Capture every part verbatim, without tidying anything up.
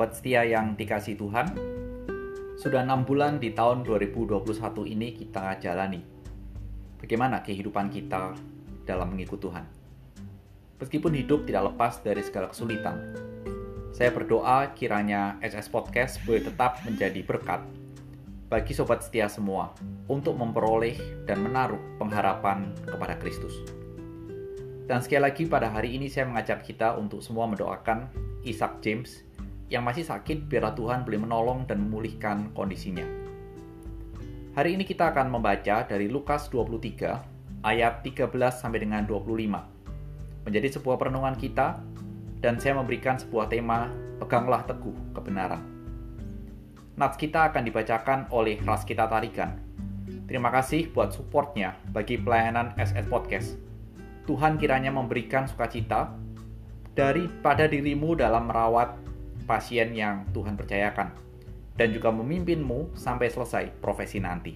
Sobat setia yang dikasihi Tuhan, sudah enam bulan di tahun dua ribu dua puluh satu ini kita jalani. Bagaimana kehidupan kita dalam mengikut Tuhan? Meskipun hidup tidak lepas dari segala kesulitan, saya berdoa kiranya S S Podcast boleh tetap menjadi berkat bagi sobat setia semua untuk memperoleh dan menaruh pengharapan kepada Kristus. Dan sekali lagi pada hari ini saya mengajak kita untuk semua mendoakan Ishak James yang masih sakit, biarlah Tuhan boleh menolong dan memulihkan kondisinya. Hari ini kita akan membaca dari Lukas dua puluh tiga ayat tiga belas sampai dengan dua puluh lima. Menjadi sebuah perenungan kita, dan saya memberikan sebuah tema, peganglah teguh kebenaran. Nats kita akan dibacakan oleh Raskita Tarigan. Terima kasih buat supportnya bagi pelayanan S S Podcast. Tuhan kiranya memberikan sukacita daripada dirimu dalam merawat pasien yang Tuhan percayakan, dan juga memimpinmu sampai selesai profesi nanti.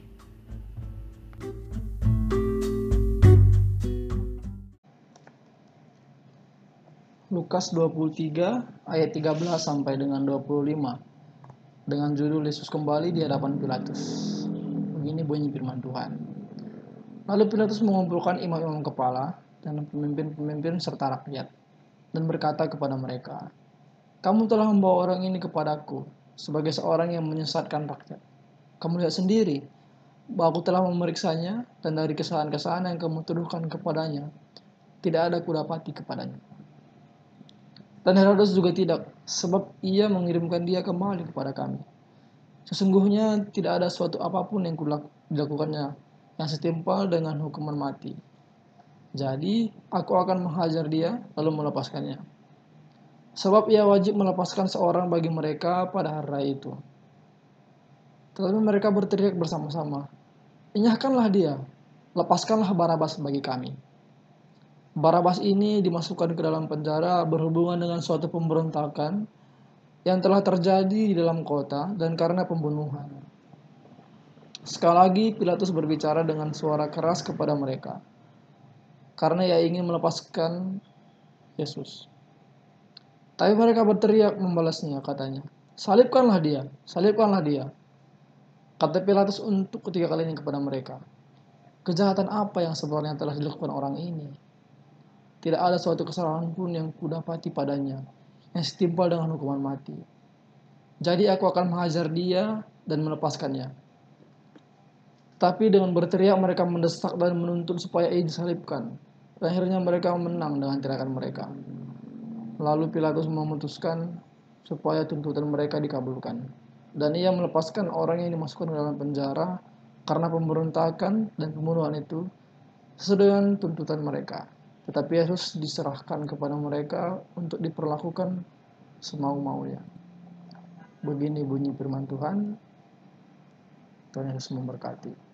Lukas dua puluh tiga ayat tiga belas sampai dengan dua puluh lima dengan judul Yesus kembali di hadapan Pilatus. Begini bunyi firman Tuhan. Lalu Pilatus mengumpulkan imam-imam kepala dan pemimpin-pemimpin serta rakyat dan berkata kepada mereka, "Kamu telah membawa orang ini kepadaku sebagai seorang yang menyesatkan rakyat. Kamu lihat sendiri bahwa aku telah memeriksanya, dan dari kesalahan-kesalahan yang kamu tuduhkan kepadanya, tidak ada kudapati kepadanya. Dan Herodes juga tidak, sebab ia mengirimkan dia kembali kepada kami. Sesungguhnya tidak ada suatu apapun yang dilakukannya yang setimpal dengan hukuman mati. Jadi aku akan menghajar dia lalu melepaskannya. Sebab ia wajib melepaskan seorang bagi mereka pada hari raya itu." Tetapi mereka berteriak bersama-sama, "Enyahkanlah dia, lepaskanlah Barabas bagi kami." Barabas ini dimasukkan ke dalam penjara berhubungan dengan suatu pemberontakan yang telah terjadi di dalam kota dan karena pembunuhan. Sekali lagi Pilatus berbicara dengan suara keras kepada mereka, karena ia ingin melepaskan Yesus. Tapi mereka berteriak membalasnya, katanya, "Salibkanlah dia, salibkanlah dia." Kata Pilatus untuk ketiga kalinya kepada mereka, "Kejahatan apa yang sebenarnya telah dilakukan orang ini? Tidak ada suatu kesalahan pun yang kudapati padanya yang setimpal dengan hukuman mati. Jadi aku akan menghajar dia dan melepaskannya." Tapi dengan berteriak mereka mendesak dan menuntut supaya ia disalibkan. Dan akhirnya mereka menang dengan teriakan mereka. Lalu Pilatus memutuskan supaya tuntutan mereka dikabulkan, dan ia melepaskan orang yang dimasukkan ke dalam penjara karena pemberontakan dan pembunuhan itu sesuai dengan tuntutan mereka. Tetapi Yesus diserahkan kepada mereka untuk diperlakukan semau-maunya. Begini bunyi firman Tuhan. Tuhan Yesus memberkati.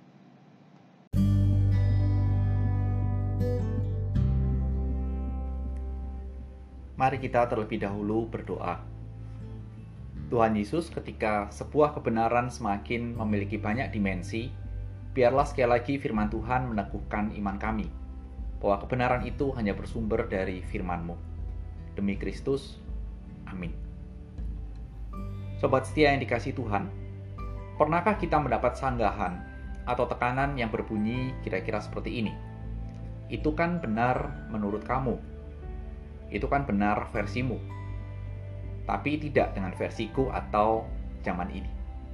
Mari kita terlebih dahulu berdoa. Tuhan Yesus, ketika sebuah kebenaran semakin memiliki banyak dimensi, biarlah sekali lagi firman Tuhan meneguhkan iman kami, bahwa kebenaran itu hanya bersumber dari firman-Mu. Demi Kristus, amin. Sobat setia yang dikasihi Tuhan, pernahkah kita mendapat sanggahan atau tekanan yang berbunyi kira-kira seperti ini? Itu kan benar menurut kamu. Itu kan benar versimu, tapi tidak dengan versiku atau zaman ini.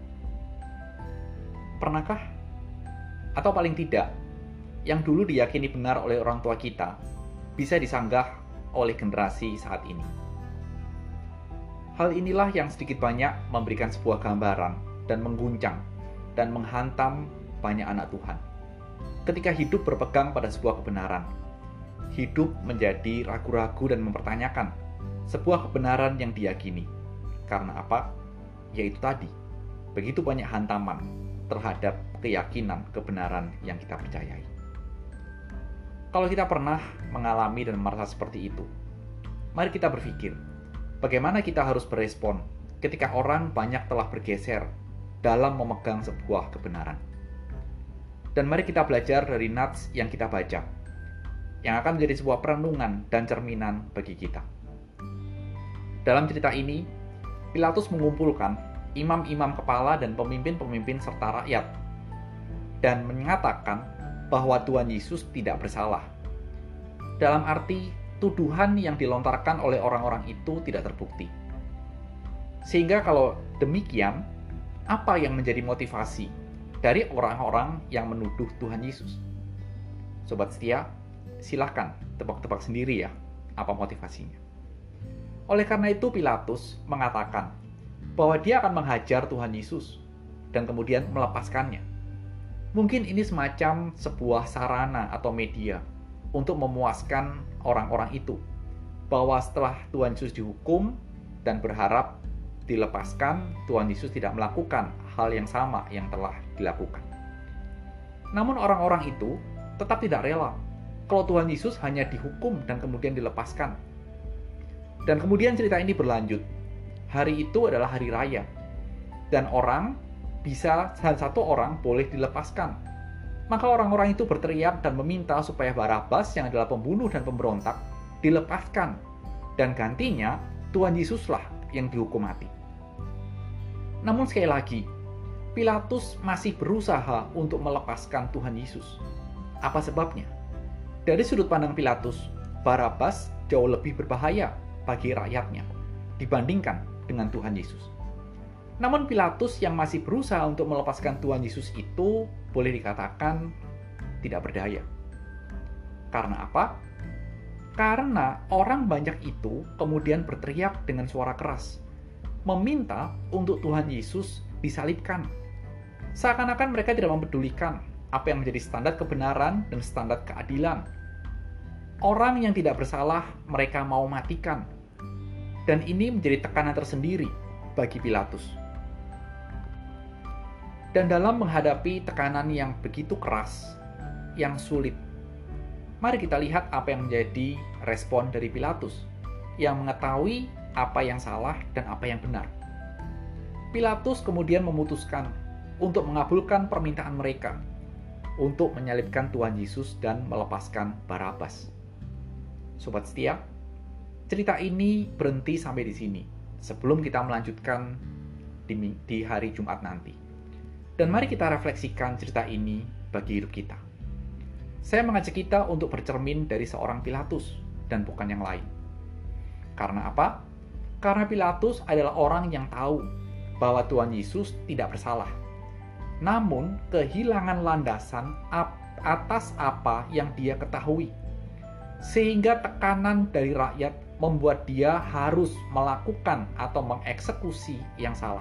Pernahkah? Atau paling tidak, yang dulu diyakini benar oleh orang tua kita, bisa disanggah oleh generasi saat ini. Hal inilah yang sedikit banyak memberikan sebuah gambaran dan mengguncang dan menghantam banyak anak Tuhan. Ketika hidup berpegang pada sebuah kebenaran, hidup menjadi ragu-ragu dan mempertanyakan sebuah kebenaran yang diyakini. Karena apa? Yaitu tadi, begitu banyak hantaman terhadap keyakinan kebenaran yang kita percayai. Kalau kita pernah mengalami dan merasa seperti itu, mari kita berpikir, bagaimana kita harus berespon ketika orang banyak telah bergeser dalam memegang sebuah kebenaran. Dan mari kita belajar dari nats yang kita baca, yang akan menjadi sebuah perenungan dan cerminan bagi kita. Dalam cerita ini, Pilatus mengumpulkan imam-imam kepala dan pemimpin-pemimpin serta rakyat dan mengatakan bahwa Tuhan Yesus tidak bersalah. Dalam arti, tuduhan yang dilontarkan oleh orang-orang itu tidak terbukti. Sehingga kalau demikian, apa yang menjadi motivasi dari orang-orang yang menuduh Tuhan Yesus? Sobat setia, silahkan tebak-tebak sendiri ya, apa motivasinya. Oleh karena itu Pilatus mengatakan bahwa dia akan menghajar Tuhan Yesus dan kemudian melepaskannya. Mungkin ini semacam sebuah sarana atau media untuk memuaskan orang-orang itu, bahwa setelah Tuhan Yesus dihukum dan berharap dilepaskan, Tuhan Yesus tidak melakukan hal yang sama yang telah dilakukan. Namun orang-orang itu tetap tidak rela kalau Tuhan Yesus hanya dihukum dan kemudian dilepaskan. Dan kemudian cerita ini berlanjut. Hari itu adalah hari raya, dan orang bisa, dan satu orang boleh dilepaskan. Maka orang-orang itu berteriak dan meminta supaya Barabas yang adalah pembunuh dan pemberontak dilepaskan, dan gantinya Tuhan Yesuslah yang dihukum mati. Namun sekali lagi, Pilatus masih berusaha untuk melepaskan Tuhan Yesus. Apa sebabnya? Dari sudut pandang Pilatus, Barabas jauh lebih berbahaya bagi rakyatnya dibandingkan dengan Tuhan Yesus. Namun Pilatus yang masih berusaha untuk melepaskan Tuhan Yesus itu boleh dikatakan tidak berdaya. Karena apa? Karena orang banyak itu kemudian berteriak dengan suara keras, meminta untuk Tuhan Yesus disalibkan. Seakan-akan mereka tidak mempedulikan apa yang menjadi standar kebenaran dan standar keadilan. Orang yang tidak bersalah mereka mau matikan. Dan ini menjadi tekanan tersendiri bagi Pilatus. Dan dalam menghadapi tekanan yang begitu keras, yang sulit, mari kita lihat apa yang menjadi respon dari Pilatus, yang mengetahui apa yang salah dan apa yang benar. Pilatus kemudian memutuskan untuk mengabulkan permintaan mereka untuk menyalibkan Tuhan Yesus dan melepaskan Barabas. Sobat setia, cerita ini berhenti sampai di sini sebelum kita melanjutkan di, di hari Jumat nanti. Dan mari kita refleksikan cerita ini bagi hidup kita. Saya mengajak kita untuk bercermin dari seorang Pilatus dan bukan yang lain. Karena apa? Karena Pilatus adalah orang yang tahu bahwa Tuhan Yesus tidak bersalah. Namun kehilangan landasan atas apa yang dia ketahui. Sehingga tekanan dari rakyat membuat dia harus melakukan atau mengeksekusi yang salah.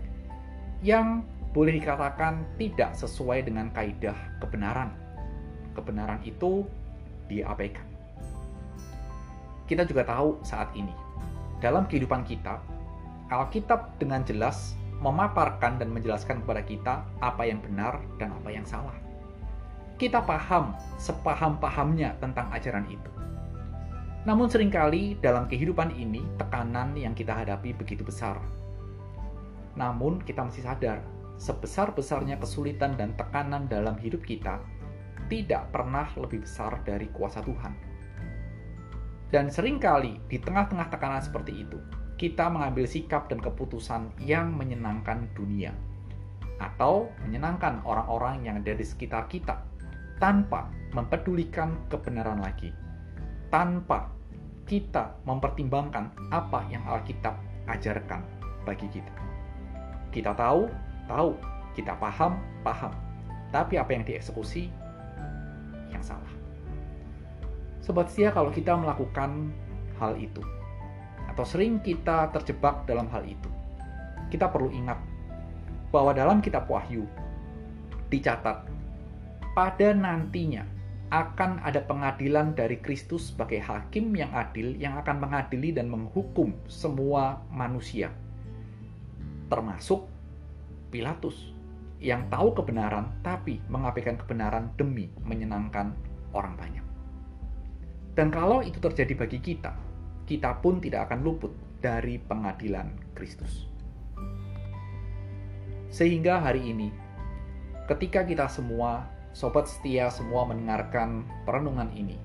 Yang boleh dikatakan tidak sesuai dengan kaidah kebenaran. Kebenaran itu diabaikan. Kita juga tahu saat ini, dalam kehidupan kita, Alkitab dengan jelas memaparkan dan menjelaskan kepada kita apa yang benar dan apa yang salah. Kita paham sepaham-pahamnya tentang ajaran itu. Namun seringkali dalam kehidupan ini, tekanan yang kita hadapi begitu besar. Namun kita mesti sadar, sebesar-besarnya kesulitan dan tekanan dalam hidup kita tidak pernah lebih besar dari kuasa Tuhan. Dan seringkali di tengah-tengah tekanan seperti itu, kita mengambil sikap dan keputusan yang menyenangkan dunia atau menyenangkan orang-orang yang ada di sekitar kita tanpa mempedulikan kebenaran lagi, tanpa kita mempertimbangkan apa yang Alkitab ajarkan bagi kita. Kita tahu, tahu, kita paham, paham. Tapi apa yang dieksekusi, yang salah. Sobat setia, kalau kita melakukan hal itu, atau sering kita terjebak dalam hal itu, kita perlu ingat bahwa dalam kitab Wahyu dicatat, pada nantinya akan ada pengadilan dari Kristus sebagai hakim yang adil yang akan mengadili dan menghukum semua manusia, termasuk Pilatus yang tahu kebenaran tapi mengabaikan kebenaran demi menyenangkan orang banyak. Dan kalau itu terjadi bagi kita, kita pun tidak akan luput dari pengadilan Kristus. Sehingga hari ini, ketika kita semua sobat setia semua mendengarkan perenungan ini,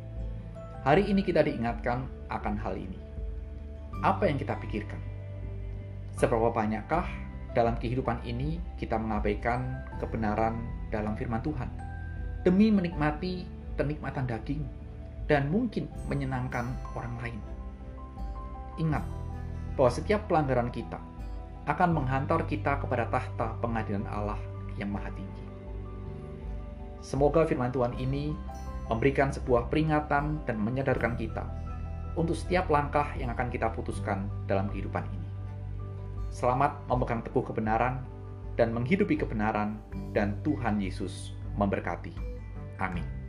hari ini kita diingatkan akan hal ini. Apa yang kita pikirkan? Seberapa banyakkah dalam kehidupan ini kita mengabaikan kebenaran dalam firman Tuhan demi menikmati kenikmatan daging dan mungkin menyenangkan orang lain? Ingat bahwa setiap pelanggaran kita akan menghantar kita kepada tahta pengadilan Allah yang maha tinggi. Semoga firman Tuhan ini memberikan sebuah peringatan dan menyadarkan kita untuk setiap langkah yang akan kita putuskan dalam kehidupan ini. Selamat memegang teguh kebenaran dan menghidupi kebenaran, dan Tuhan Yesus memberkati. Amin.